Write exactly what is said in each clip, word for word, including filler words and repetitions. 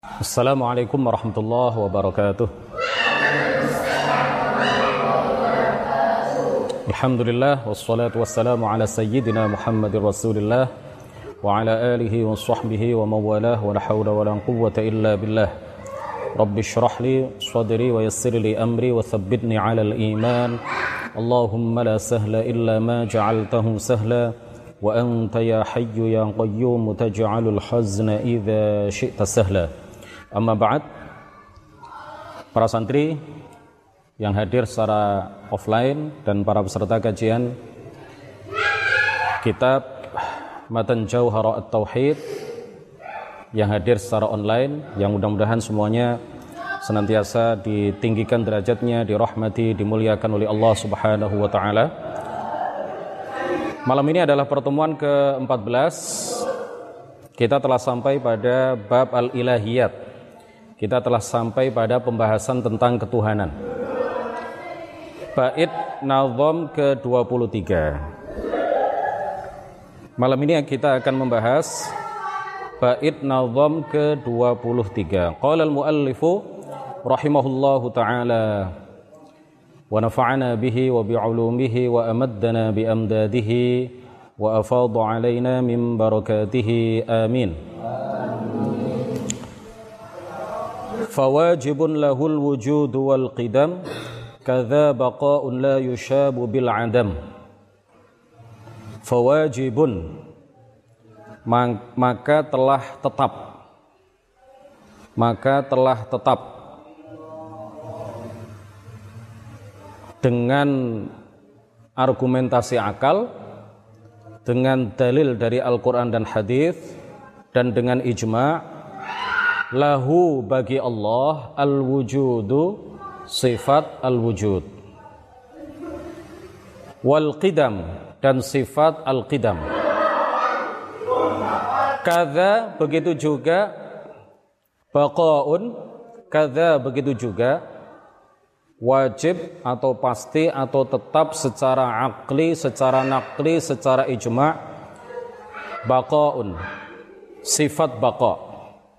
Assalamualaikum warahmatullahi wabarakatuh. Alhamdulillah wassalatu wassalamu ala sayyidina Muhammadir Rasulillah wa ala alihi wa sahbihi wa mawalah wa la hawla wa la quwwata illa billah. Rabbi shrah li sadri wa yassir li amri wa thabbitni ala al-iman. Allahumma la sahla illa ma ja'altahu sahla wa anta ya hayyu ya qayyum taj'alul hazna idza syi'ta sahla. Amma ba'd, para santri yang hadir secara offline dan para peserta kajian kitab Matan Jauhara At-Tauhid yang hadir secara online, yang mudah-mudahan semuanya senantiasa ditinggikan derajatnya, dirahmati, dimuliakan oleh Allah Subhanahu wa taala. Malam ini adalah pertemuan ke empat belas. Kita telah sampai pada bab al-ilahiyat. Kita telah sampai pada pembahasan tentang ketuhanan. Bait nazam ke dua puluh tiga. Malam ini kita akan membahas bait nazam ke dua puluh tiga. Qala al-muallifu rahimahullahu ta'ala wa nafa'ana bihi wa bi'ulumihi wa amaddana bi amdadihi wa afadha alaina min barakatihi amin. Fawajibun lahul wujud wal qidam kadza baqa'un la yushabu bil adam. Fawajibun, maka telah tetap maka telah tetap dengan argumentasi akal, dengan dalil dari Al-Quran dan hadis, dan dengan ijma', lahu bagi Allah al-wujudu, sifat al-wujud, wal qidam, dan sifat al-qidam. Kadza, begitu juga, baqaun, kadza, begitu juga, wajib atau pasti atau tetap secara akli, secara nakli, secara ijma', baqaun, sifat baqa'.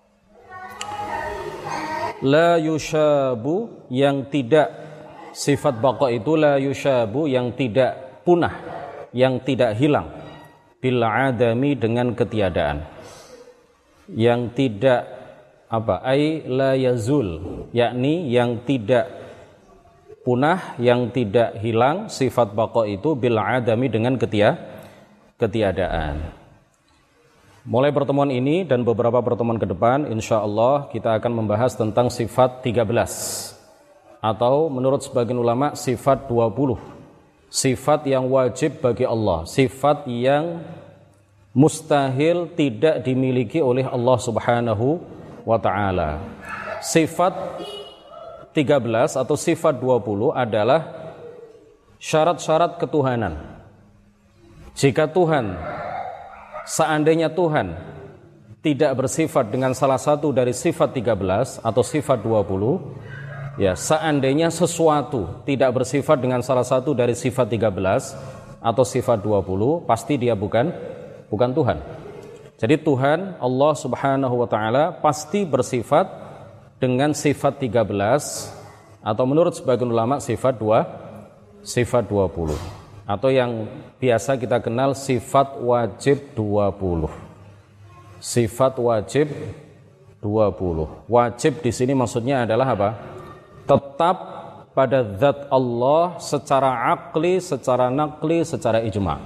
La yushabu, yang tidak, sifat baqa itu la yushabu, yang tidak punah, yang tidak hilang, bil adami, dengan ketiadaan, yang tidak apa ai la yazul, yakni yang tidak punah, yang tidak hilang sifat baqa itu bil adami, dengan ketia ketiadaan. Mulai pertemuan ini dan beberapa pertemuan ke depan, insya Allah kita akan membahas tentang sifat tiga belas, atau menurut sebagian ulama sifat dua puluh. Sifat yang wajib bagi Allah, sifat yang mustahil tidak dimiliki oleh Allah Subhanahu wa ta'ala. Sifat tiga belas atau sifat dua puluh adalah syarat-syarat ketuhanan. Jika Tuhan, seandainya Tuhan tidak bersifat dengan salah satu dari sifat tiga belas atau sifat dua puluh, ya, seandainya sesuatu tidak bersifat dengan salah satu dari sifat tiga belas atau sifat dua puluh, pasti dia bukan bukan Tuhan. Jadi Tuhan Allah Subhanahu wa taala pasti bersifat dengan sifat tiga belas, atau menurut sebagian ulama sifat dua sifat dua puluh, atau yang biasa kita kenal sifat wajib dua puluh. Sifat wajib dua puluh. Wajib di sini maksudnya adalah apa? Tetap pada zat Allah secara akli, secara nakli, secara ijma'.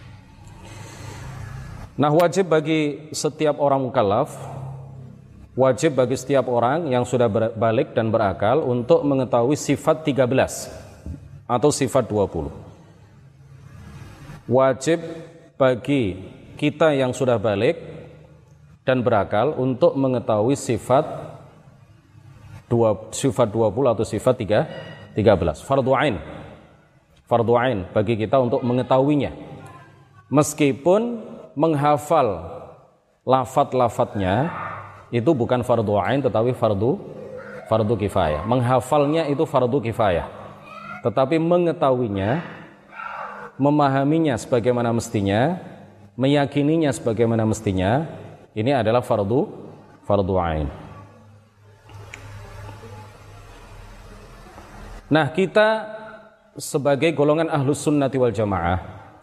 Nah, wajib bagi setiap orang mukallaf, wajib bagi setiap orang yang sudah balik dan berakal untuk mengetahui sifat tiga belas atau sifat dua puluh. Wajib bagi kita yang sudah balik dan berakal untuk mengetahui sifat dua, sifat dua puluh atau sifat tiga belas. Fardhu ain. Fardhu ain bagi kita untuk mengetahuinya. Meskipun menghafal lafaz-lafaznya itu bukan fardhu ain tetapi fardu fardu kifayah. Menghafalnya itu fardu kifayah. Tetapi mengetahuinya, memahaminya sebagaimana mestinya, meyakininya sebagaimana mestinya, ini adalah fardu fardu ain. Nah, kita sebagai golongan Ahlus Sunnati wal Jamaah,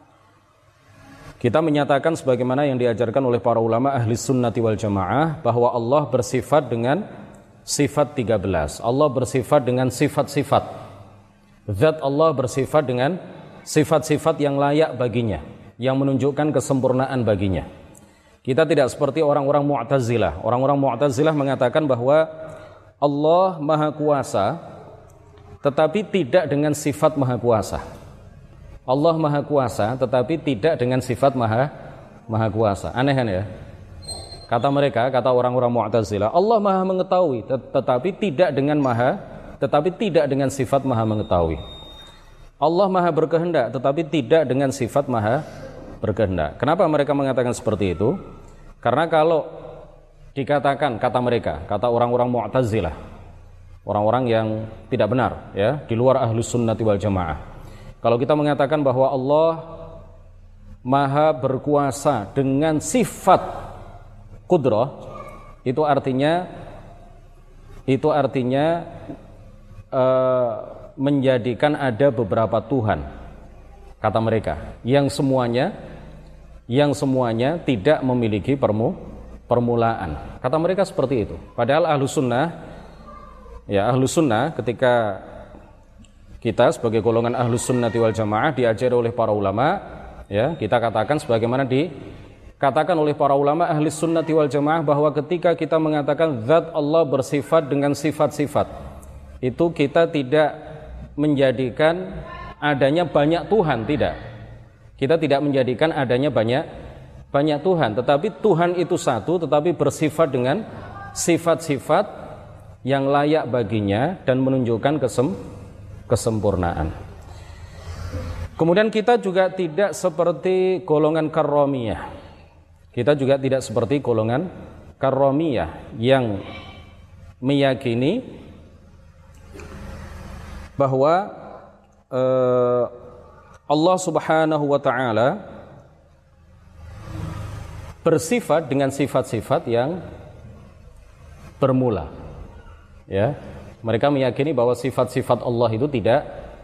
kita menyatakan sebagaimana yang diajarkan oleh para ulama Ahlus Sunnati wal Jamaah bahwa Allah bersifat dengan sifat tiga belas. Allah bersifat dengan sifat-sifat. Zat Allah bersifat dengan sifat-sifat yang layak baginya, yang menunjukkan kesempurnaan baginya. Kita tidak seperti orang-orang Mu'tazilah. Orang-orang Mu'tazilah mengatakan bahwa Allah Maha Kuasa tetapi tidak dengan sifat Maha Kuasa. Allah Maha Kuasa tetapi tidak dengan sifat Maha Maha Kuasa. Aneh kan ya? Kata mereka, kata orang-orang Mu'tazilah, Allah Maha mengetahui tetapi tidak dengan Maha tetapi tidak dengan sifat Maha mengetahui. Allah Maha berkehendak tetapi tidak dengan sifat Maha berkehendak. Kenapa mereka mengatakan seperti itu? Karena kalau dikatakan, kata mereka, kata orang-orang Mu'tazilah, orang-orang yang tidak benar ya, di luar Ahlus Sunnati wal Jamaah, kalau kita mengatakan bahwa Allah Maha berkuasa dengan sifat Qudrah, itu artinya itu artinya e, menjadikan ada beberapa Tuhan, kata mereka, yang semuanya yang semuanya tidak memiliki permu, permulaan. Kata mereka seperti itu. Padahal Ahlus Sunnah, ya Ahlus Sunnah, ketika kita sebagai golongan Ahlus Sunnati wal Jamaah diajari oleh para ulama, ya kita katakan sebagaimana dikatakan oleh para ulama Ahlus Sunnati wal Jamaah bahwa ketika kita mengatakan zat Allah bersifat dengan sifat-sifat, itu kita tidak menjadikan adanya banyak Tuhan, tidak. Kita tidak menjadikan adanya banyak banyak Tuhan, tetapi Tuhan itu satu, tetapi bersifat dengan sifat-sifat yang layak baginya dan menunjukkan kesem, kesempurnaan. Kemudian kita juga tidak seperti golongan karramiyah. Kita juga tidak seperti golongan karramiyah yang meyakini bahwa eh, Allah Subhanahu wa taala bersifat dengan sifat-sifat yang bermula. Ya, mereka meyakini bahwa sifat-sifat Allah itu tidak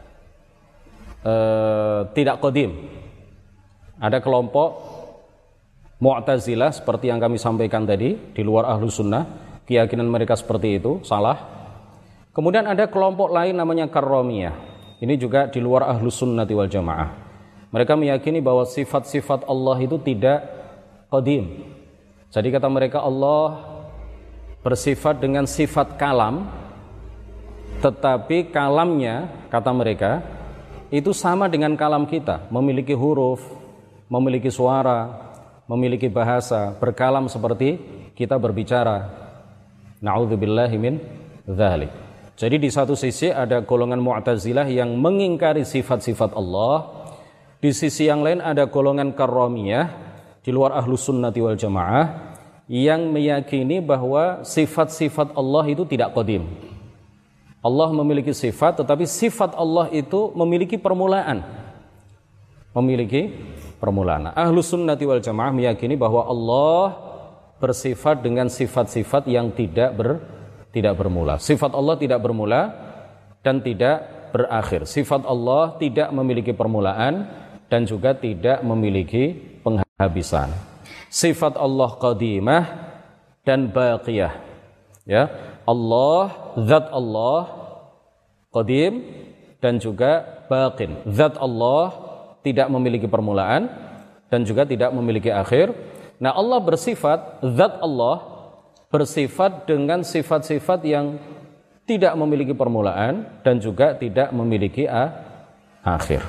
uh, tidak qadim. Ada kelompok Mu'tazilah seperti yang kami sampaikan tadi, di luar Ahlus Sunnah, keyakinan mereka seperti itu salah. Kemudian ada kelompok lain namanya Karramiyah. Ini juga di luar Ahlus Sunnati wal Jamaah. Mereka meyakini bahwa sifat-sifat Allah itu tidak qadim. Jadi kata mereka Allah bersifat dengan sifat kalam, tetapi kalamnya, kata mereka, itu sama dengan kalam kita, memiliki huruf, memiliki suara, memiliki bahasa, berkalam seperti kita berbicara. Na'udzubillahi min dzalik. Jadi di satu sisi ada golongan Mu'tazilah yang mengingkari sifat-sifat Allah, di sisi yang lain ada golongan Karramiyah di luar Ahlus Sunnati wal Jamaah yang meyakini bahwa sifat-sifat Allah itu tidak qadim. Allah memiliki sifat, tetapi sifat Allah itu memiliki permulaan. Memiliki permulaan. Ahlus Sunnati wal Jamaah meyakini bahwa Allah bersifat dengan sifat-sifat yang tidak ber, tidak bermula. Sifat Allah tidak bermula dan tidak berakhir. Sifat Allah tidak memiliki permulaan dan juga tidak memiliki penghabisan. Sifat Allah qadimah dan baqiyah. Ya, Allah, zat Allah qadim dan juga baqin. Zat Allah tidak memiliki permulaan dan juga tidak memiliki akhir. Nah, Allah bersifat, zat Allah bersifat dengan sifat-sifat yang tidak memiliki permulaan dan juga tidak memiliki akhir.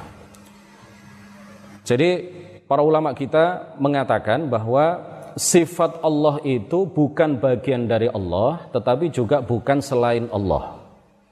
Jadi para ulama kita mengatakan bahwa sifat Allah itu bukan bagian dari Allah, tetapi juga bukan selain Allah.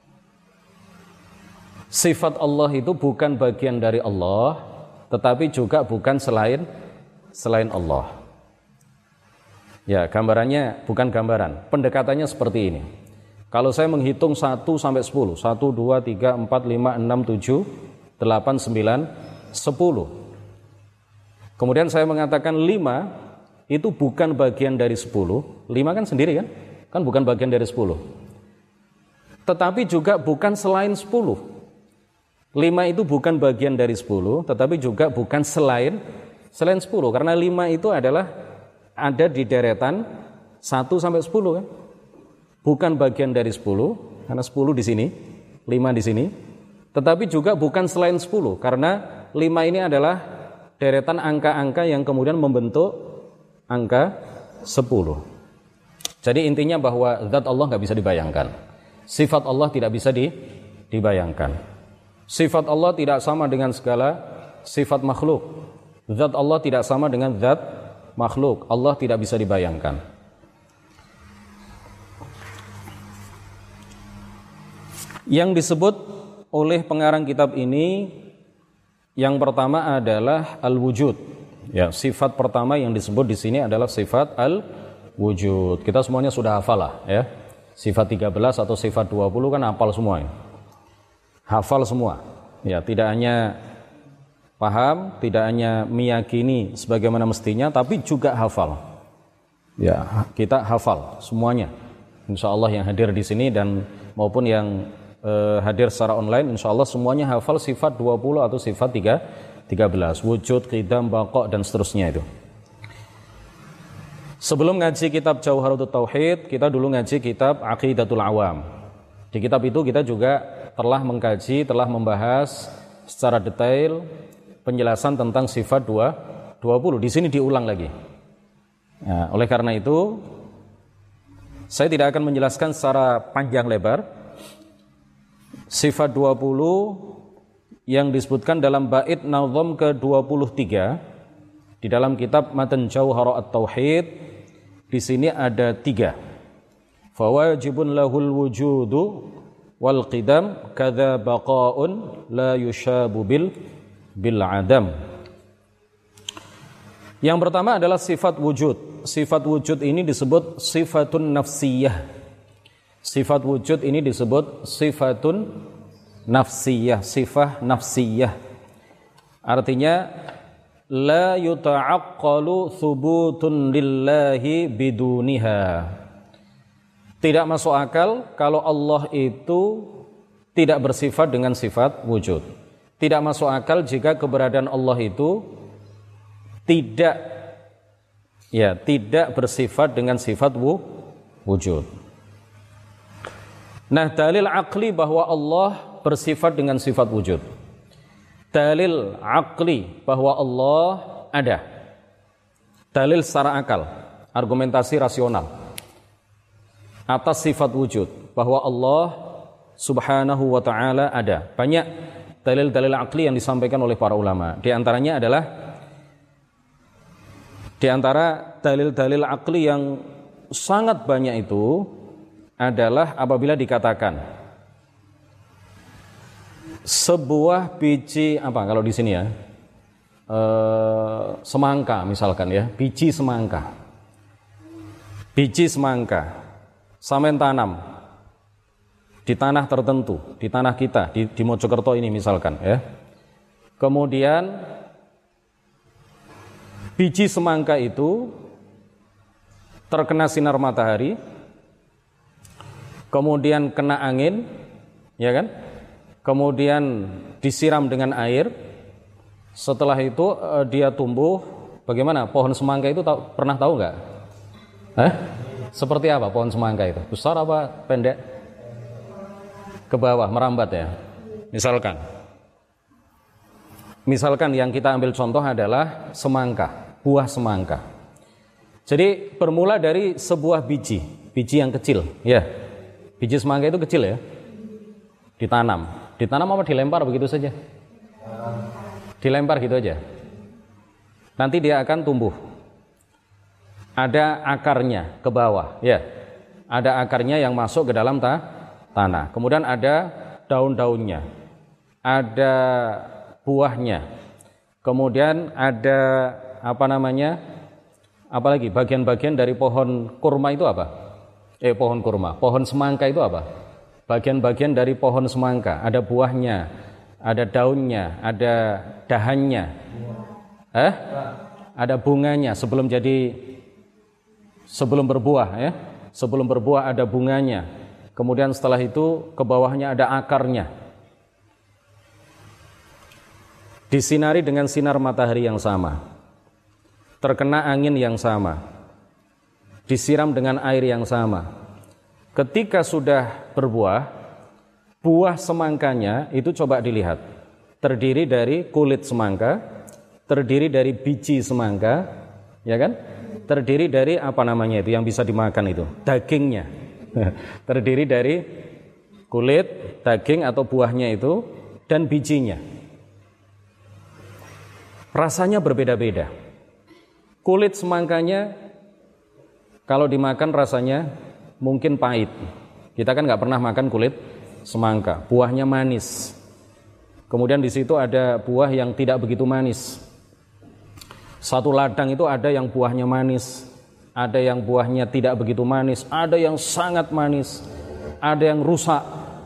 Sifat Allah itu bukan bagian dari Allah, tetapi juga bukan selain selain Allah. Ya, gambarannya bukan gambaran, pendekatannya seperti ini. Kalau saya menghitung satu sampai sepuluh, satu, dua, tiga, empat, lima, enam, tujuh, delapan, sembilan, sepuluh. Kemudian saya mengatakan lima itu bukan bagian dari sepuluh. lima kan sendiri kan? Kan bukan bagian dari sepuluh. tetapi juga bukan selain sepuluh. Lima itu bukan bagian dari sepuluh, tetapi juga bukan selain selain sepuluh, karena lima itu adalah ada di deretan satu sampai sepuluh kan. Bukan bagian dari sepuluh, karena sepuluh di sini, lima di sini, tetapi juga bukan selain sepuluh, karena lima ini adalah deretan angka-angka yang kemudian membentuk angka sepuluh. Jadi intinya bahwa zat Allah nggak bisa dibayangkan. Sifat Allah tidak bisa di, dibayangkan. Sifat Allah tidak sama dengan segala sifat makhluk. Zat Allah tidak sama dengan zat makhluk. Allah tidak bisa dibayangkan. Yang disebut oleh pengarang kitab ini, yang pertama adalah al-wujud. Ya, sifat pertama yang disebut di sini adalah sifat al-wujud. Kita semuanya sudah hafal lah, ya. Sifat tiga belas atau sifat dua puluh kan hafal semua. Ya. Hafal semua. Ya, tidak hanya paham, tidak hanya meyakini sebagaimana mestinya, tapi juga hafal. Ya, kita hafal semuanya. Insya Allah yang hadir di sini dan maupun yang eh, hadir secara online, insya Allah semuanya hafal sifat dua puluh atau sifat tiga belas. Wujud, qidam, baqa, dan seterusnya itu. Sebelum ngaji kitab Jauharatul Tauhid, kita dulu ngaji kitab Aqidatul Awam. Di kitab itu kita juga telah mengkaji, telah membahas secara detail penjelasan tentang sifat dua puluh. Di sini diulang lagi. Nah, oleh karena itu, saya tidak akan menjelaskan secara panjang lebar sifat dua puluh yang disebutkan dalam bait nazam ke dua puluh tiga di dalam kitab Matan Jauharatul Tauhid. Di sini ada tiga. Fawajibun lahul wujudu wal qidam kadza baqaun la yushabu bil bil adam. Yang pertama adalah sifat wujud. Sifat wujud ini disebut sifatun nafsiyah. Sifat wujud ini disebut sifatun nafsiyah, sifah nafsiyah. Artinya la yuta'aqqalu thubutun lillahi biduniha. Tidak masuk akal kalau Allah itu tidak bersifat dengan sifat wujud. Tidak masuk akal jika keberadaan Allah itu tidak ya, tidak bersifat dengan sifat wu, wujud. Nah, dalil akli bahwa Allah bersifat dengan sifat wujud. Dalil akli bahwa Allah ada. Dalil secara akal, argumentasi rasional atas sifat wujud bahwa Allah Subhanahu wa ta'ala ada. Banyak dalil-dalil akli yang disampaikan oleh para ulama. Di antaranya adalah di antara dalil-dalil akli yang sangat banyak itu adalah apabila dikatakan sebuah biji apa kalau di sini ya e, semangka misalkan ya, biji semangka, biji semangka, sampean tanam di tanah tertentu, di tanah kita, di, di Mojokerto ini misalkan ya, kemudian biji semangka itu terkena sinar matahari, kemudian kena angin, ya kan? Kemudian disiram dengan air. Setelah itu uh, dia tumbuh. Bagaimana? Pohon semangka itu tahu, pernah tahu nggak? Hah? Seperti apa pohon semangka itu? Besar apa pendek? Ke bawah, merambat ya. Misalkan. Misalkan yang kita ambil contoh adalah semangka, buah semangka. Jadi bermula dari sebuah biji, biji yang kecil, ya. Biji semangka itu kecil ya. Ditanam. Ditanam apa dilempar begitu saja? Dilempar gitu aja. Nanti dia akan tumbuh. Ada akarnya ke bawah, ya. Ada akarnya yang masuk ke dalam ta- tanah. Kemudian ada daun-daunnya. Ada buahnya. Kemudian ada apa namanya? Apalagi bagian-bagian dari pohon kurma itu apa? Eh pohon kurma, pohon semangka itu apa? Bagian-bagian dari pohon semangka, ada buahnya, ada daunnya, ada dahannya, eh, ada bunganya sebelum jadi, sebelum berbuah, ya, sebelum berbuah ada bunganya, kemudian setelah itu ke bawahnya ada akarnya, disinari dengan sinar matahari yang sama, terkena angin yang sama, disiram dengan air yang sama. Ketika sudah berbuah, buah semangkanya itu coba dilihat, terdiri dari kulit semangka, terdiri dari biji semangka, ya kan? Terdiri dari apa namanya itu yang bisa dimakan itu, dagingnya. Terdiri dari kulit, daging atau buahnya itu dan bijinya. Rasanya berbeda-beda. Kulit semangkanya kalau dimakan rasanya mungkin pahit. Kita kan nggak pernah makan kulit semangka. Buahnya manis. Kemudian di situ ada buah yang tidak begitu manis. Satu ladang itu ada yang buahnya manis, ada yang buahnya tidak begitu manis, ada yang sangat manis, ada yang rusak.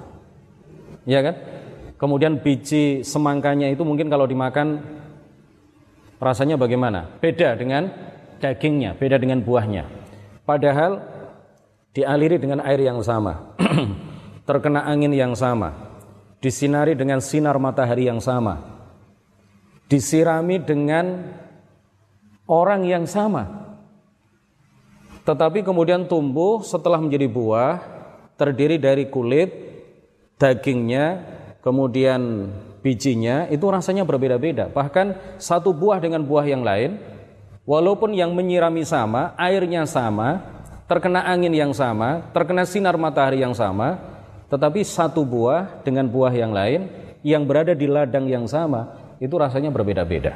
Ya kan? Kemudian biji semangkanya itu mungkin kalau dimakan rasanya bagaimana? Beda dengan dagingnya, beda dengan buahnya. Padahal dialiri dengan air yang sama, terkena angin yang sama, disinari dengan sinar matahari yang sama, disirami dengan orang yang sama. Tetapi kemudian tumbuh setelah menjadi buah, terdiri dari kulit, dagingnya, kemudian bijinya, itu rasanya berbeda-beda. Bahkan satu buah dengan buah yang lain, walaupun yang menyirami sama, airnya sama, terkena angin yang sama, terkena sinar matahari yang sama, tetapi satu buah dengan buah yang lain yang berada di ladang yang sama, itu rasanya berbeda-beda.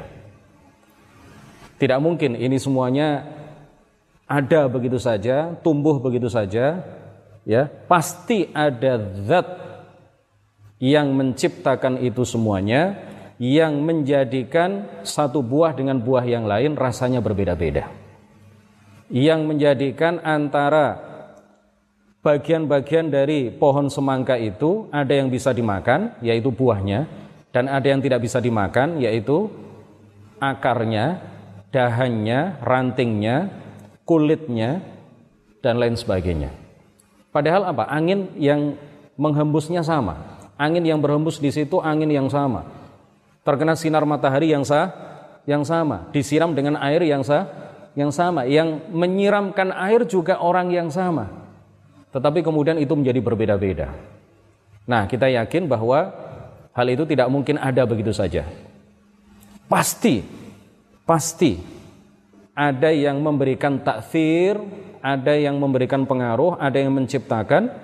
Tidak mungkin ini semuanya ada begitu saja, tumbuh begitu saja, ya. Pasti ada zat yang menciptakan itu semuanya, yang menjadikan satu buah dengan buah yang lain rasanya berbeda-beda, yang menjadikan antara bagian-bagian dari pohon semangka itu ada yang bisa dimakan, yaitu buahnya, dan ada yang tidak bisa dimakan, yaitu akarnya, dahannya, rantingnya, kulitnya, dan lain sebagainya. Padahal apa? Angin yang menghembusnya sama. Angin yang berhembus di situ angin yang sama, terkena sinar matahari yang sah, yang sama, disiram dengan air yang sah, yang sama, yang menyiramkan air juga orang yang sama. Tetapi kemudian itu menjadi berbeda-beda. Nah, kita yakin bahwa hal itu tidak mungkin ada begitu saja. Pasti, pasti ada yang memberikan taksir, ada yang memberikan pengaruh, ada yang menciptakan.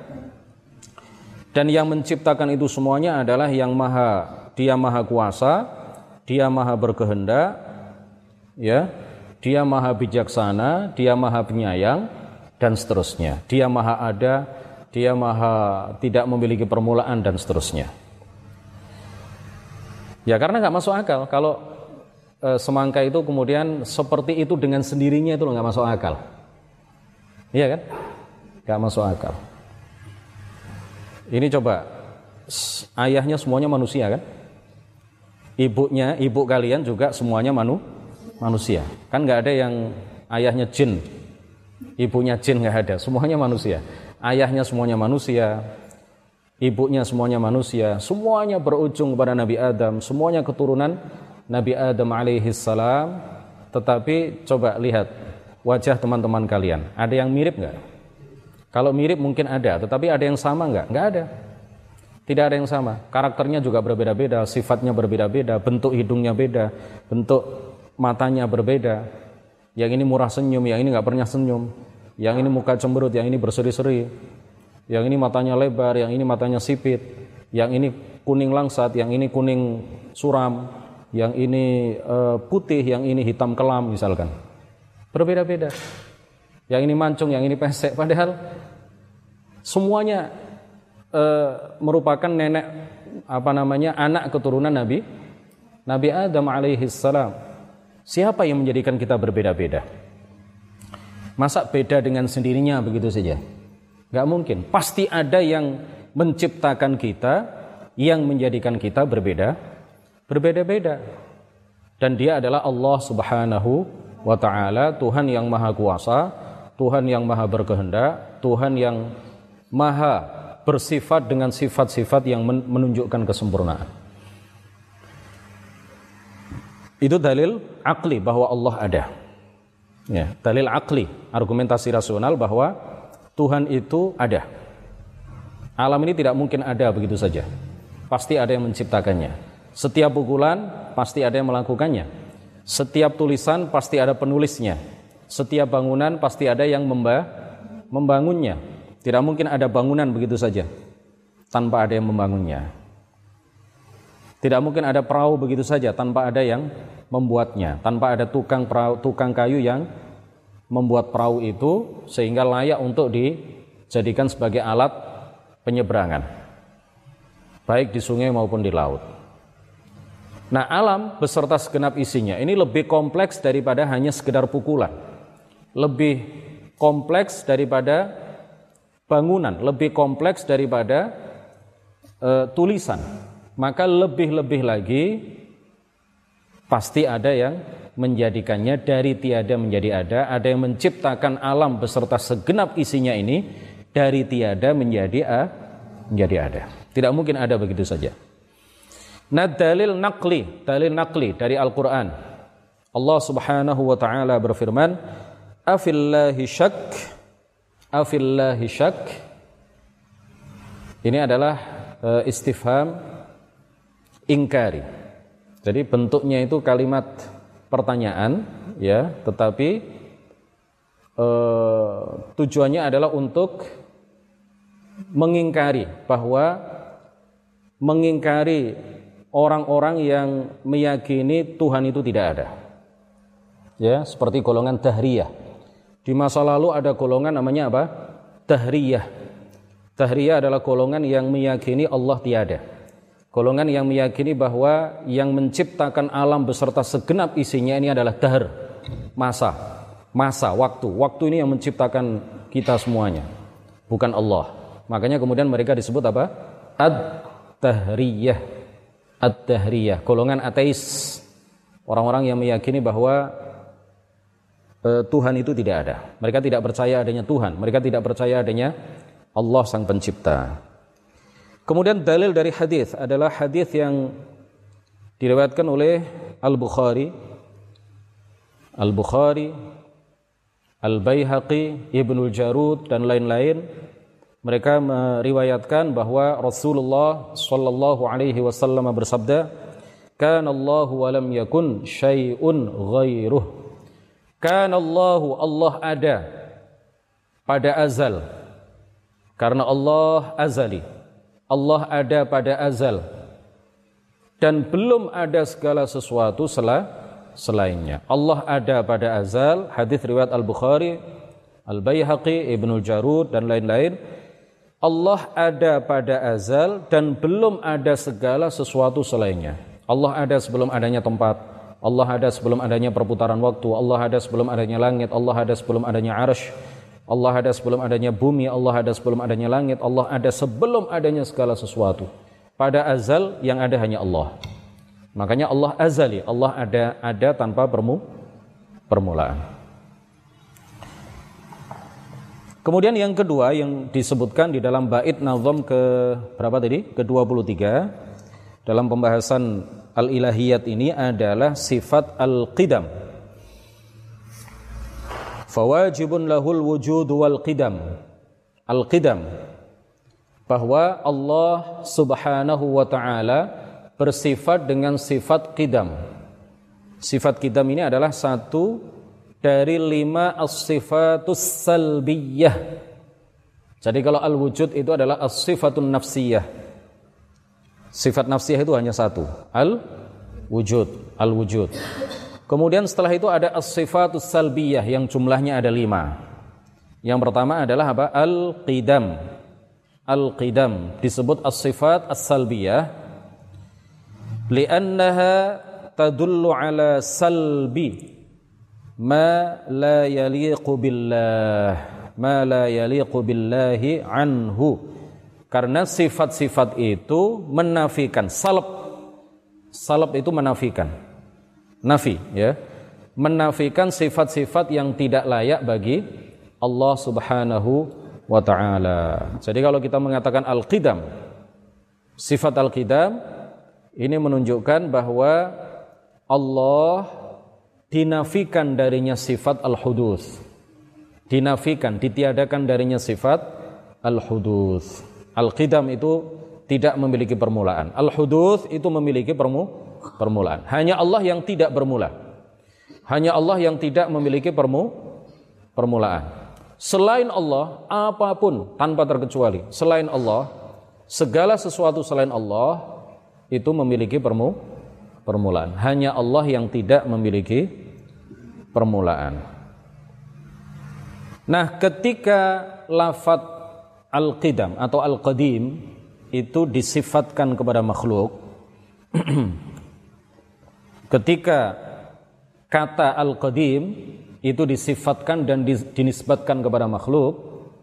Dan yang menciptakan itu semuanya adalah yang maha, dia maha kuasa, dia maha berkehendak, ya, dia maha bijaksana, dia maha penyayang, dan seterusnya. Dia maha ada, dia maha tidak memiliki permulaan, dan seterusnya. Ya karena nggak masuk akal kalau e, semangka itu kemudian seperti itu dengan sendirinya, itu nggak masuk akal. Iya kan? Nggak masuk akal. Ini coba, ayahnya semuanya manusia kan? Ibunya, ibu kalian juga semuanya manu, manusia. Kan nggak ada yang ayahnya jin, ibunya jin, nggak ada. Semuanya manusia. Ayahnya semuanya manusia, ibunya semuanya manusia. Semuanya berujung kepada Nabi Adam. Semuanya keturunan Nabi Adam alaihi salam. Tetapi coba lihat wajah teman-teman kalian. Ada yang mirip nggak? Kalau mirip mungkin ada, tetapi ada yang sama enggak? Enggak ada. Tidak ada yang sama. Karakternya juga berbeda-beda, sifatnya berbeda-beda, bentuk hidungnya beda, bentuk matanya berbeda. Yang ini murah senyum, yang ini enggak pernah senyum. Yang ini muka cemberut, yang ini berseri-seri. Yang ini matanya lebar, yang ini matanya sipit. Yang ini kuning langsat, yang ini kuning suram. Yang ini uh, putih, yang ini hitam kelam misalkan. Berbeda-beda. Yang ini mancung, yang ini pesek. Padahal semuanya e, merupakan nenek apa namanya anak keturunan Nabi Nabi Adam alaihi salam. Siapa yang menjadikan kita berbeda-beda? Masa beda dengan sendirinya begitu saja? Gak mungkin. Pasti ada yang menciptakan kita, yang menjadikan kita berbeda, berbeda-beda. Dan dia adalah Allah Subhanahu wa ta'ala, Tuhan yang maha kuasa, Tuhan yang maha berkehendak, Tuhan yang maha bersifat dengan sifat-sifat yang menunjukkan kesempurnaan. Itu dalil akli bahwa Allah ada. Ya, dalil akli, argumentasi rasional bahwa Tuhan itu ada. Alam ini tidak mungkin ada begitu saja. Pasti ada yang menciptakannya. Setiap pukulan pasti ada yang melakukannya. Setiap tulisan pasti ada penulisnya. Setiap bangunan pasti ada yang memba- membangunnya. Tidak mungkin ada bangunan begitu saja tanpa ada yang membangunnya. Tidak mungkin ada perahu begitu saja tanpa ada yang membuatnya, tanpa ada tukang perahu, tukang kayu yang membuat perahu itu sehingga layak untuk dijadikan sebagai alat penyeberangan, baik di sungai maupun di laut. Nah, alam beserta segenap isinya ini lebih kompleks daripada hanya sekedar pukulan, lebih kompleks daripada bangunan, lebih kompleks daripada uh, tulisan. Maka lebih-lebih lagi pasti ada yang menjadikannya dari tiada menjadi ada, ada yang menciptakan alam beserta segenap isinya ini dari tiada menjadi a, menjadi ada. Tidak mungkin ada begitu saja. Nah, dalil naqli, dalil naqli dari Al-Qur'an. Allah Subhanahu wa taala berfirman, "Afillahi syak Afillahi syak." Ini adalah uh, istifham ingkari. Jadi bentuknya itu kalimat pertanyaan, ya, tetapi uh, tujuannya adalah untuk mengingkari bahwa mengingkari orang-orang yang meyakini Tuhan itu tidak ada. Ya, seperti golongan Dahriyah. Di masa lalu ada golongan namanya apa? Dahriyah. Dahriyah adalah golongan yang meyakini Allah tiada. Golongan yang meyakini bahwa yang menciptakan alam beserta segenap isinya ini adalah dahr, masa, masa, waktu. Waktu ini yang menciptakan kita semuanya, bukan Allah. Makanya kemudian mereka disebut apa? Ad-Dahriyah. Ad-Dahriyah, golongan ateis. Orang-orang yang meyakini bahwa Tuhan itu tidak ada. Mereka tidak percaya adanya Tuhan. Mereka tidak percaya adanya Allah sang pencipta. Kemudian dalil dari hadis adalah hadis yang diriwayatkan oleh Al-Bukhari, Al-Bukhari, Al-Baihaqi, Ibnul Jarud dan lain-lain. Mereka meriwayatkan bahwa Rasulullah sallallahu alaihi wasallam bersabda, "Kana Allahu wa lam yakun syai'un ghairuh." Kana Allahu, Allah ada pada azal. Karena Allah azali. Allah ada pada azal. Dan belum ada segala sesuatu sel- selainnya. Allah ada pada azal. Hadis riwayat Al-Bukhari, Al-Baihaqi, Ibnul Jarud dan lain-lain. Allah ada pada azal dan belum ada segala sesuatu selainnya. Allah ada sebelum adanya tempat. Allah ada sebelum adanya perputaran waktu. Allah ada sebelum adanya langit. Allah ada sebelum adanya arsy. Allah ada sebelum adanya bumi. Allah ada sebelum adanya langit. Allah ada sebelum adanya segala sesuatu. Pada azal yang ada hanya Allah. Makanya Allah azali. Allah ada ada tanpa permu, permulaan. Kemudian yang kedua yang disebutkan di dalam bait nazam ke berapa tadi? ke dua puluh tiga dalam pembahasan al-ilahiyat ini adalah sifat al-qidam. Fawajibun lahul wujud wal qidam. Al-qidam, bahwa Allah Subhanahu wa taala bersifat dengan sifat qidam. Sifat qidam ini adalah satu dari lima as-sifatus salbiyah. Jadi kalau al-wujud itu adalah as-sifatun nafsiyah. Sifat nafsiyah itu hanya satu, al-wujud, al-wujud. Kemudian setelah itu ada as-sifatus salbiyah yang jumlahnya ada lima. Yang pertama adalah apa? Al-qidam. Al-qidam disebut as-sifat as-salbiyah li'annaha tadullu ala salbi ma la yaliqu billah, ma la yaliqu billahi anhu. Karena sifat-sifat itu menafikan, salab. Salab itu menafikan. Nafi, ya. Menafikan sifat-sifat yang tidak layak bagi Allah Subhanahu wa ta'ala. Jadi kalau kita mengatakan al-qidam, sifat al-qidam ini menunjukkan bahwa Allah dinafikan darinya sifat al-huduts. Dinafikan, ditiadakan darinya sifat al-huduts. Al-qidam itu tidak memiliki permulaan. Al-huduts itu memiliki permu, permulaan. Hanya Allah yang tidak bermula. Hanya Allah yang tidak memiliki permu, permulaan. Selain Allah, apapun tanpa terkecuali, selain Allah, segala sesuatu selain Allah itu memiliki permu, permulaan. Hanya Allah yang tidak memiliki permulaan. Nah, ketika lafadz al-qidam atau al-qadim itu disifatkan kepada makhluk, ketika kata al-qadim itu disifatkan dan dinisbatkan kepada makhluk,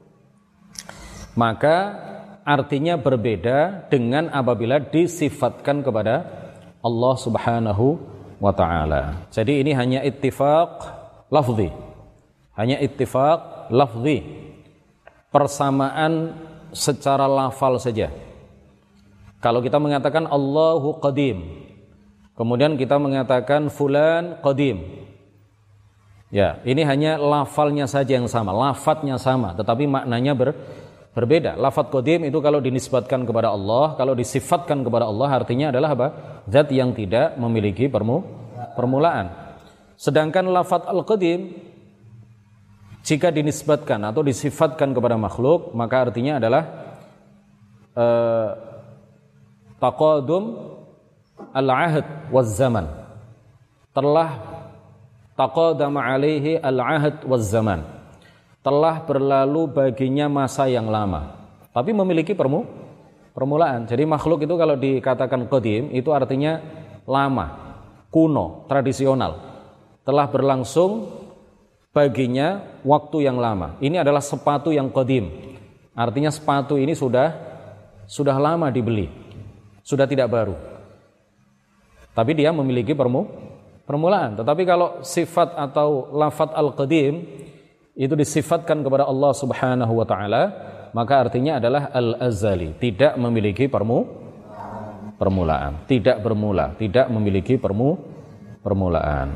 maka artinya berbeda dengan apabila disifatkan kepada Allah Subhanahu wa ta'ala. Jadi ini hanya ittifaq lafzi. Hanya ittifaq lafzi. Persamaan secara lafal saja. Kalau kita mengatakan Allahu qadim, kemudian kita mengatakan fulan qadim. Ya, ini hanya lafalnya saja yang sama, lafadznya sama, tetapi maknanya ber, berbeda. Lafadz qadim itu kalau dinisbatkan kepada Allah, kalau disifatkan kepada Allah artinya adalah apa? Zat yang tidak memiliki permu, permulaan. Sedangkan lafadz al-qadim jika dinisbatkan atau disifatkan kepada makhluk, maka artinya adalah uh, taqadum al-ahd waz zaman. Telah taqadama alaihi al-ahd waz zaman. Telah berlalu baginya masa yang lama, tapi memiliki permu, permulaan. Jadi makhluk itu kalau dikatakan qadim itu artinya lama, kuno, tradisional. Telah berlangsung baginya waktu yang lama. Ini adalah sepatu yang qadim. Artinya sepatu ini sudah sudah lama dibeli, sudah tidak baru. Tapi dia memiliki permu, permulaan. Tetapi kalau sifat atau lafadz al-qadim itu disifatkan kepada Allah Subhanahu wa ta'ala, maka artinya adalah al-azali, tidak memiliki permu, permulaan, tidak bermula, tidak memiliki permu, permulaan.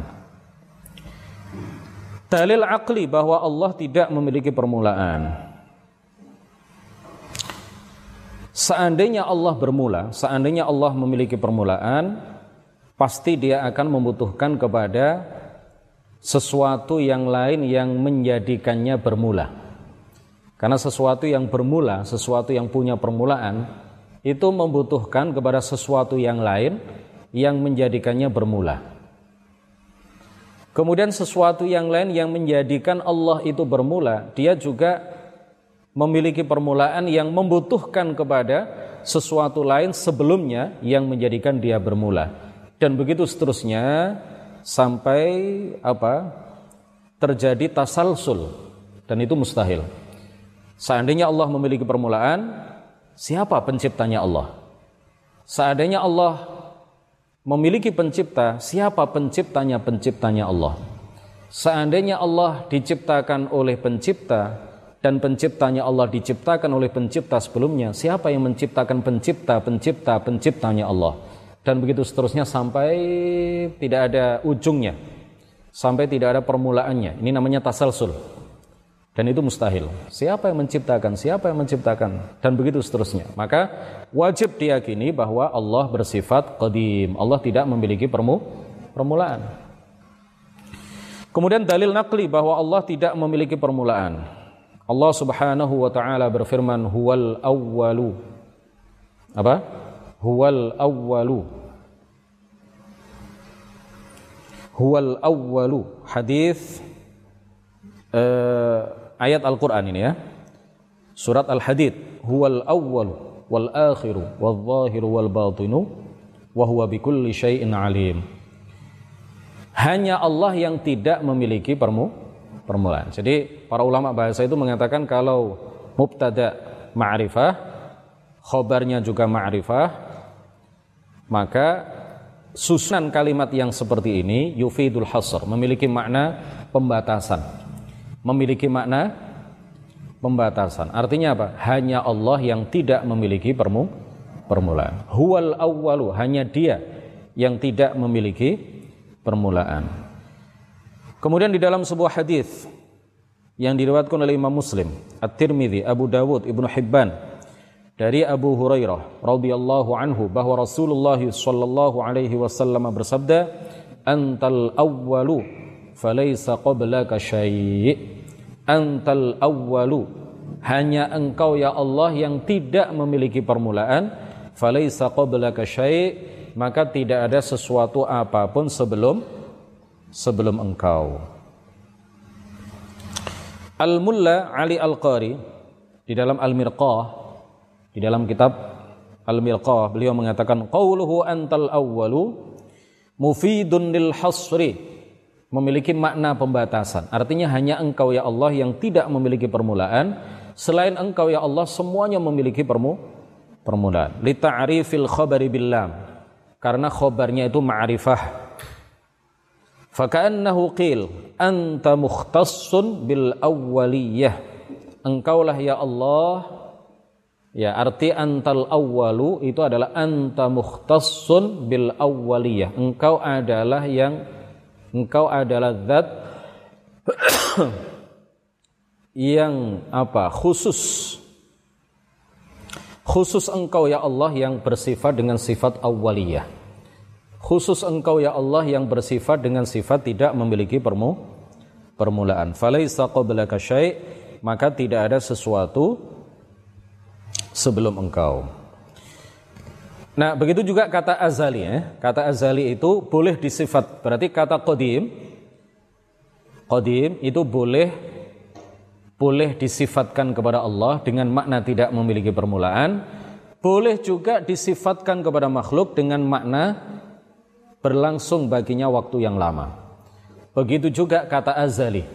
Dalil aqli bahwa Allah tidak memiliki permulaan. Seandainya Allah bermula, seandainya Allah memiliki permulaan, pasti dia akan membutuhkan kepada sesuatu yang lain yang menjadikannya bermula. Karena sesuatu yang bermula, sesuatu yang punya permulaan, itu membutuhkan kepada sesuatu yang lain yang menjadikannya bermula. Kemudian sesuatu yang lain yang menjadikan Allah itu bermula, dia juga memiliki permulaan yang membutuhkan kepada sesuatu lain sebelumnya yang menjadikan dia bermula. Dan begitu seterusnya sampai apa? Terjadi tasalsul, dan itu mustahil. Seandainya Allah memiliki permulaan, siapa penciptanya Allah? Seandainya Allah memiliki pencipta, siapa penciptanya penciptanya Allah? Seandainya Allah diciptakan oleh pencipta dan penciptanya Allah diciptakan oleh pencipta sebelumnya, siapa yang menciptakan pencipta pencipta penciptanya Allah? Dan begitu seterusnya sampai tidak ada ujungnya, sampai tidak ada permulaannya. Ini namanya tasalsul, dan itu mustahil. Siapa yang menciptakan? Siapa yang menciptakan? Dan begitu seterusnya. Maka wajib diyakini bahwa Allah bersifat qadim. Allah tidak memiliki permu, permulaan. Kemudian dalil naqli bahwa Allah tidak memiliki permulaan. Allah Subhanahu wa ta'ala berfirman, huwal awwalu. Apa? Huwal awwalu. Huwal awwalu. Hadis uh, ayat Al-Quran ini ya. Surat Al-Hadid. Huwal awwalu wal akhiru wal zahiru wal batinu wa huwa bikulli syai'in alim. Hanya Allah yang tidak memiliki permu, permulaan. Jadi para ulama bahasa itu mengatakan kalau mubtada ma'rifah, khobarnya juga ma'rifah, maka susunan kalimat yang seperti ini yufidul hasr, memiliki makna pembatasan, memiliki makna pembatasan. Artinya apa? Hanya Allah yang tidak memiliki permu, permulaan. Huwal awwalu, hanya Dia yang tidak memiliki permulaan. Kemudian di dalam sebuah hadis yang diriwayatkan oleh Imam Muslim, At-Tirmidzi, Abu Dawud, Ibnu Hibban dari Abu Hurairah radhiyallahu anhu bahwa Rasulullah sallallahu alaihi wasallam bersabda, "Antal awwalu falaysa qablaka syai'." Antal awwalu, hanya Engkau ya Allah yang tidak memiliki permulaan, falaysa qablaka syai', maka tidak ada sesuatu apapun sebelum sebelum Engkau. Al-Mulla Ali Al-Qari di dalam Al-Mirqah, di dalam kitab Al-Mirqah, beliau mengatakan qauluhu antal awwalu mufidun lil hasri, memiliki makna pembatasan. Artinya hanya Engkau ya Allah yang tidak memiliki permulaan, selain Engkau ya Allah semuanya memiliki permu, permulaan. Li ta'rifil khabari billam, karena khabarnya itu ma'rifah. Fa ka'annahu qil anta mukhtassun bil awwaliyah. Engkaulah ya Allah, ya arti antal awwalu itu adalah anta mukhtassun bil awwaliyah. Engkau adalah yang Engkau adalah zat yang apa? Khusus. Khusus Engkau ya Allah yang bersifat dengan sifat awwaliyah. Khusus Engkau ya Allah yang bersifat dengan sifat tidak memiliki permu, permulaan. Falaisa qablaka syai', maka tidak ada sesuatu sebelum Engkau. Nah, begitu juga kata azali, ya. Kata azali itu boleh disifat. Berarti kata qadim, qadim itu boleh boleh disifatkan kepada Allah dengan makna tidak memiliki permulaan. Boleh juga disifatkan kepada makhluk dengan makna berlangsung baginya waktu yang lama. Begitu juga kata azali.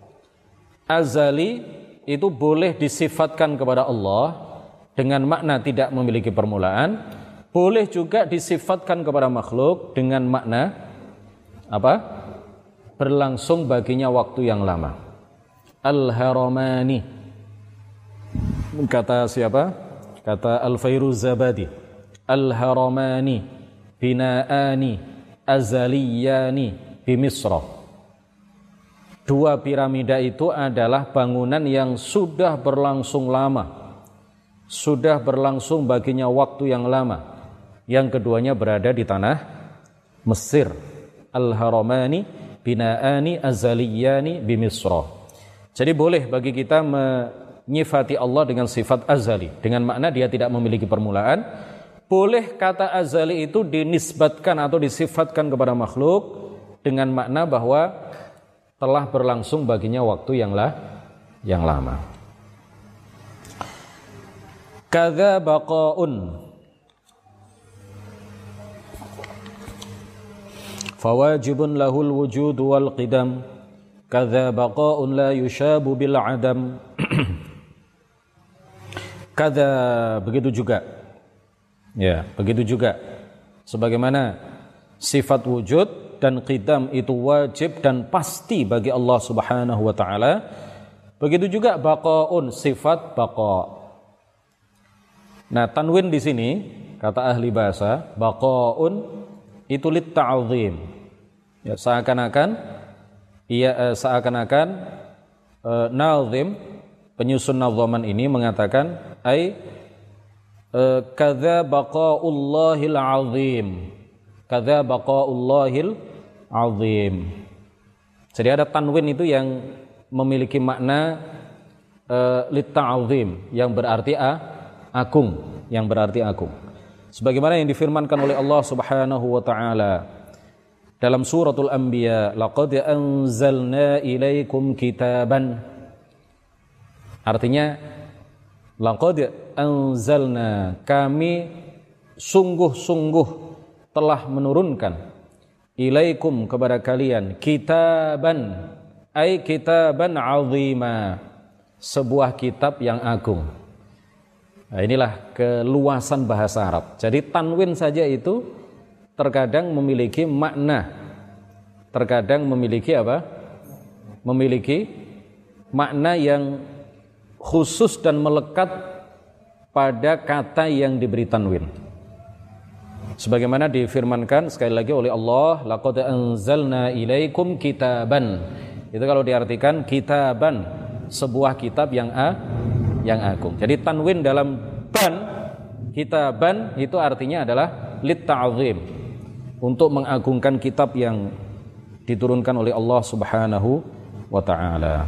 Azali itu boleh disifatkan kepada Allah dengan makna tidak memiliki permulaan. Boleh juga disifatkan kepada makhluk dengan makna apa? Berlangsung baginya waktu yang lama. Al-Haramani. Kata siapa? Kata Al-Fairuzabadi. Al-Haramani bina'ani azaliyani bi Misra. Dua piramida itu adalah bangunan yang sudah berlangsung lama. Sudah berlangsung baginya waktu yang lama. Yang keduanya berada di tanah Mesir. Al-Haramani bina'ani azaliyani bi Misra. Jadi boleh bagi kita menyifati Allah dengan sifat azali, dengan makna dia tidak memiliki permulaan. Boleh kata azali itu dinisbatkan atau disifatkan kepada makhluk dengan makna bahwa telah berlangsung baginya waktu yang lah, yang lama. Kadza baqa'un fawajibun lahul wujud wal qidam, kadza baqa'un la yushabu bil adam. Kadza, begitu juga, ya begitu juga sebagaimana sifat wujud dan qidam itu wajib dan pasti bagi Allah Subhanahu wa taala, begitu juga baqa'un, sifat baqa'. Nah, tanwin di sini kata ahli bahasa, baqa'un itu lit ta'zim. Ya, seakan-akan ia eh, seakan-akan eh, nazim penyusun nazaman ini mengatakan ai eh, kadza baqa'ullahil azim. Kadza baqa'ullahil azim. Jadi ada tanwin itu yang memiliki makna eh, lit ta'zim yang berarti a, agung, yang berarti agung. Sebagaimana yang difirmankan oleh Allah Subhanahu wa taala dalam suratul Anbiya, laqad anzalna ilaikum kitaban. Artinya laqad anzalna, kami sungguh-sungguh telah menurunkan ilaikum kepada kalian kitaban, ai kitaban azima, sebuah kitab yang agung. Nah, inilah keluasan bahasa Arab. Jadi tanwin saja itu terkadang memiliki makna, terkadang memiliki apa? Memiliki makna yang khusus dan melekat pada kata yang diberi tanwin. Sebagaimana difirmankan sekali lagi oleh Allah, laqad anzalna ilaikum kitaban. Itu kalau diartikan kitaban, sebuah kitab yang a, yang agung. Jadi tanwin dalam ban, kitaban itu artinya adalah lit ta'zim, untuk mengagungkan kitab yang diturunkan oleh Allah Subhanahu wa taala.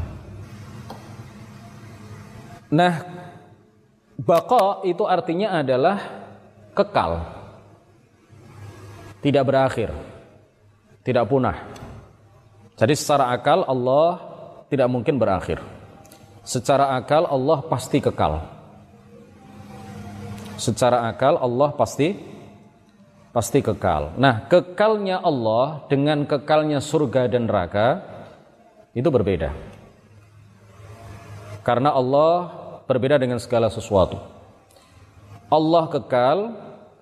Nah, baqa itu artinya adalah kekal, tidak berakhir, tidak punah. Jadi secara akal Allah tidak mungkin berakhir. Secara akal Allah pasti kekal. Secara akal Allah pasti pasti kekal. Nah, kekalnya Allah dengan kekalnya surga dan neraka itu berbeda. Karena Allah berbeda dengan segala sesuatu. Allah kekal,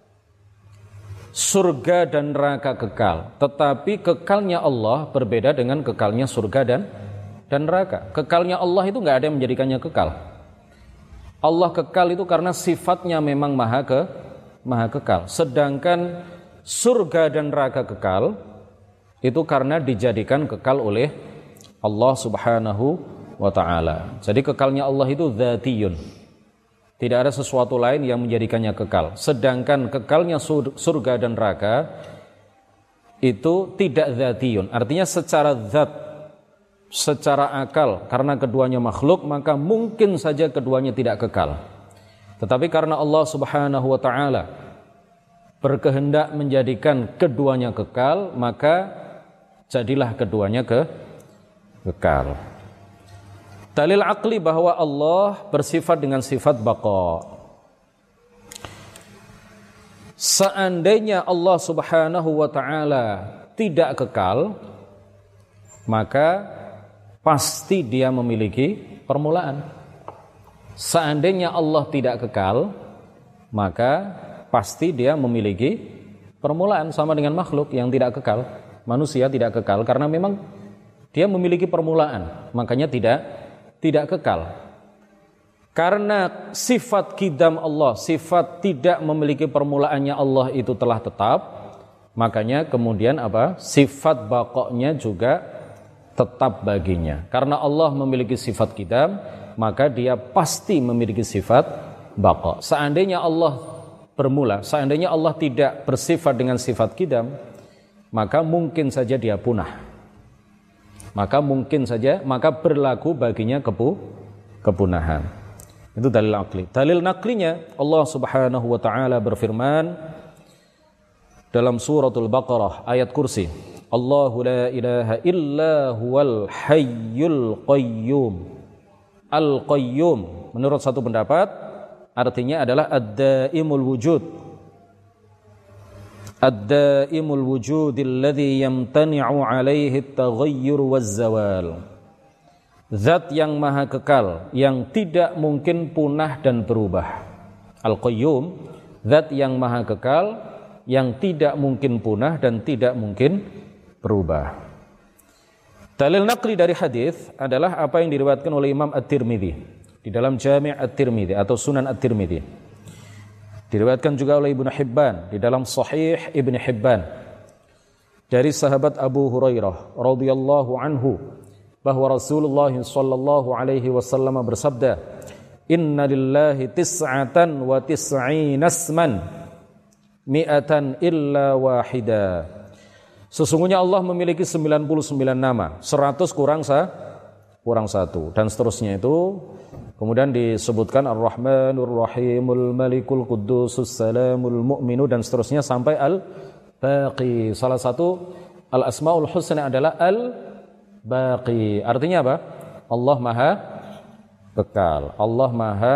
surga dan neraka kekal. Tetapi kekalnya Allah berbeda dengan kekalnya surga dan dan neraka. Kekalnya Allah itu nggak ada yang menjadikannya kekal. Allah kekal itu karena sifatnya memang maha ke maha kekal. Sedangkan surga dan neraka kekal itu karena dijadikan kekal oleh Allah Subhanahu wa ta'ala. Jadi kekalnya Allah itu dzatiyun. Tidak ada sesuatu lain yang menjadikannya kekal. Sedangkan kekalnya surga dan neraka itu tidak dzatiyun. Artinya secara zat, secara akal, karena keduanya makhluk, maka mungkin saja keduanya tidak kekal. Tetapi karena Allah Subhanahu wa ta'ala berkehendak menjadikan keduanya kekal, maka jadilah keduanya ke kekal. Dalil akli bahwa Allah bersifat dengan sifat baqa. Seandainya Allah Subhanahu wa ta'ala tidak kekal, maka pasti dia memiliki permulaan. Seandainya Allah tidak kekal, maka pasti dia memiliki permulaan, sama dengan makhluk yang tidak kekal. Manusia tidak kekal karena memang dia memiliki permulaan, makanya tidak tidak kekal. Karena sifat qidam Allah, sifat tidak memiliki permulaannya Allah itu telah tetap, makanya kemudian apa? Sifat baqa'nya juga tetap baginya. Karena Allah memiliki sifat qidam, maka dia pasti memiliki sifat baqa. Seandainya Allah bermula, seandainya Allah tidak bersifat dengan sifat qidam, maka mungkin saja dia punah. Maka mungkin saja, maka berlaku baginya kepu, kepunahan. Itu dalil akli. Dalil naklinya, Allah Subhanahu wa ta'ala berfirman dalam suratul Baqarah ayat kursi, Allahu la ilaha illa huwal hayyul qayyum. Al-qayyum menurut satu pendapat artinya adalah ad-daimul wujud. Ad-daimul wujudil ladzi yamtani'u 'alaihi at-taghayyur waz-zawal. Zat yang maha kekal, yang tidak mungkin punah dan berubah. Al-qayyum, zat yang maha kekal, yang tidak mungkin punah dan tidak mungkin berubah. Dalil naqli dari hadis adalah apa yang diriwayatkan oleh Imam At-Tirmidzi di dalam Jami' At-Tirmidzi atau Sunan At-Tirmidzi. Diriwayatkan juga oleh Ibnu Hibban di dalam Sahih Ibnu Hibban dari sahabat Abu Hurairah radhiyallahu anhu bahwa Rasulullah sallallahu alaihi wasallam bersabda, "Inna lillahi tis'atan wa tis'ina isman mi'atan illa wahida." Sesungguhnya Allah memiliki sembilan puluh sembilan nama, seratus kurang sa, kurang satu, dan seterusnya itu. Kemudian disebutkan Ar-Rahmanur Rahimul Malikul Qudusus Salamul Mu'minu dan seterusnya sampai Al-Baqi. Salah satu Al-Asmaul Husna adalah Al-Baqi. Artinya apa? Allah Maha Kekal. Allah Maha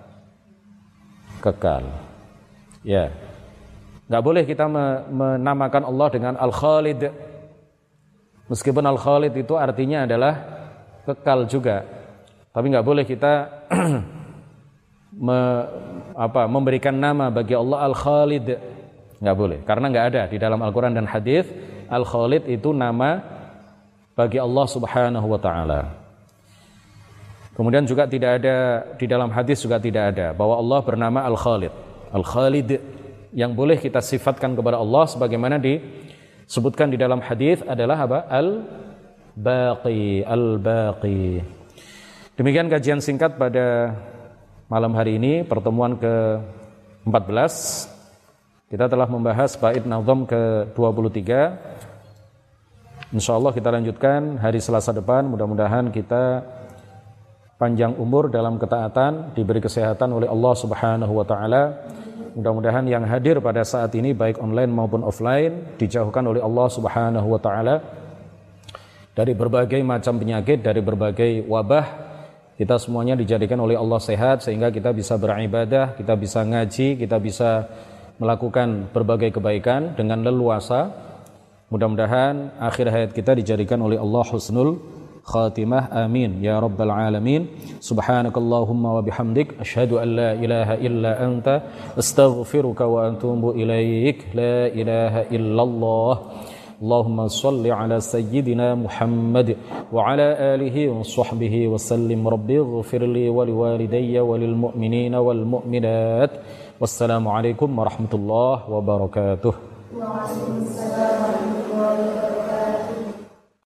Kekal. Ya. Enggak boleh kita menamakan Allah dengan Al-Khalid. Meskipun Al-Khalid itu artinya adalah kekal juga. Tapi nggak boleh kita me, apa, memberikan nama bagi Allah Al-Khalid, nggak boleh, karena nggak ada di dalam Al-Quran dan Hadis Al-Khalid itu nama bagi Allah Subhanahu Wa Taala. Kemudian juga tidak ada, di dalam hadis juga tidak ada bahwa Allah bernama Al-Khalid. Al-Khalid yang boleh kita sifatkan kepada Allah sebagaimana disebutkan di dalam hadis adalah apa? Al-Baqi, Al-Baqi. Demikian kajian singkat pada malam hari ini, pertemuan ke empat belas. Kita telah membahas bait nazam ke dua puluh tiga. Insyaallah kita lanjutkan hari Selasa depan. Mudah-mudahan kita panjang umur dalam ketaatan, diberi kesehatan oleh Allah Subhanahu wa taala. Mudah-mudahan yang hadir pada saat ini baik online maupun offline dijauhkan oleh Allah Subhanahu wa taala dari berbagai macam penyakit, dari berbagai wabah. Kita semuanya dijadikan oleh Allah sehat sehingga kita bisa beribadah, kita bisa ngaji, kita bisa melakukan berbagai kebaikan dengan leluasa. Mudah-mudahan akhir hayat kita dijadikan oleh Allah husnul khatimah. Amin ya rabbal alamin. Subhanakallahumma wa bihamdik asyhadu an la ilaha illa anta astaghfiruka wa atubu ilaik. La ilaha illallah. Allahumma salli ala sayyidina Muhammad wa ala alihi wa sahbihi wa sallim. Rabbi ighfirli wa liwalidayya wa lil mu'minina wal mu'minat. Wassalamu alaikum warahmatullahi wabarakatuh. Waalaikumsalam.